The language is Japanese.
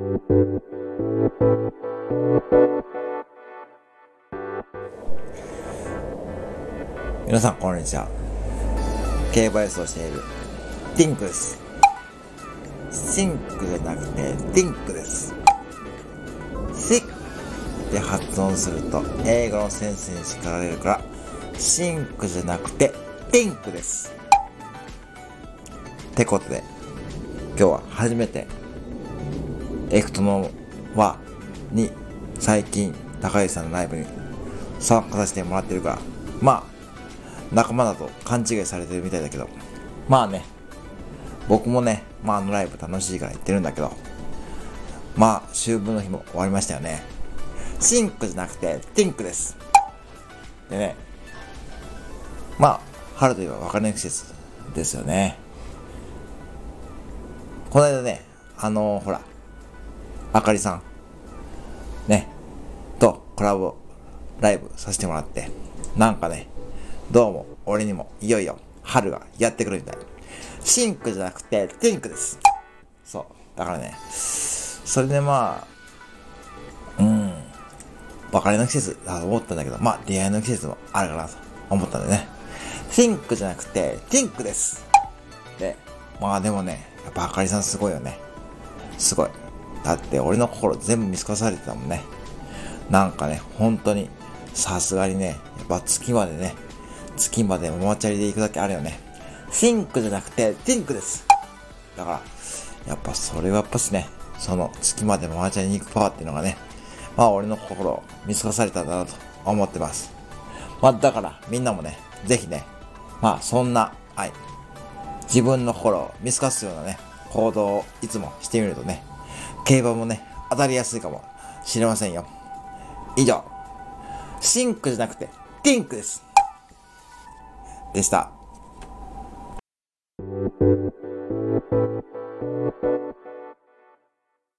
皆さんこんにちは。競馬予想しているティンクです。シンクじゃなくてティンクです。シッって発音すると英語の先生に叱られるからシンクじゃなくてティンクです。ってことで今日は初めてエクトノワに最近高橋さんのライブに参加させてもらってるから、まあ仲間だと勘違いされてるみたいだけど、まあね、僕もね、あのライブ楽しいから行ってるんだけど、秋分の日も終わりましたよね。シンクじゃなくてティンクです。でね、春といえば別れの季節ですよね。この間ね、ほら、あかりさんねとコラボライブさせてもらって、なんかね、どうも俺にもいよいよ春がやってくるみたい。シンクじゃなくてティンクです。そう、だからね、それで別れの季節だと思ったんだけど、出会いの季節もあるかなと思ったんでね、シンクじゃなくてティンクです。ででもね、やっぱあかりさんすごいよね。すごい。だって俺の心全部見透かされてたもんね。なんかね、本当にさすがにね、やっぱ月までママチャリで行くだけあるよね。シンクじゃなくてティンクです。だからやっぱそれはやっぱしね、その月までママチャリに行くパワーっていうのがね、俺の心を見透かされたんだなと思ってます。だからみんなもね、ぜひね、そんな自分の心を見透かすようなね行動をいつもしてみるとね、競馬もね当たりやすいかもしれませんよ。以上、シンクじゃなくてティンクですでした。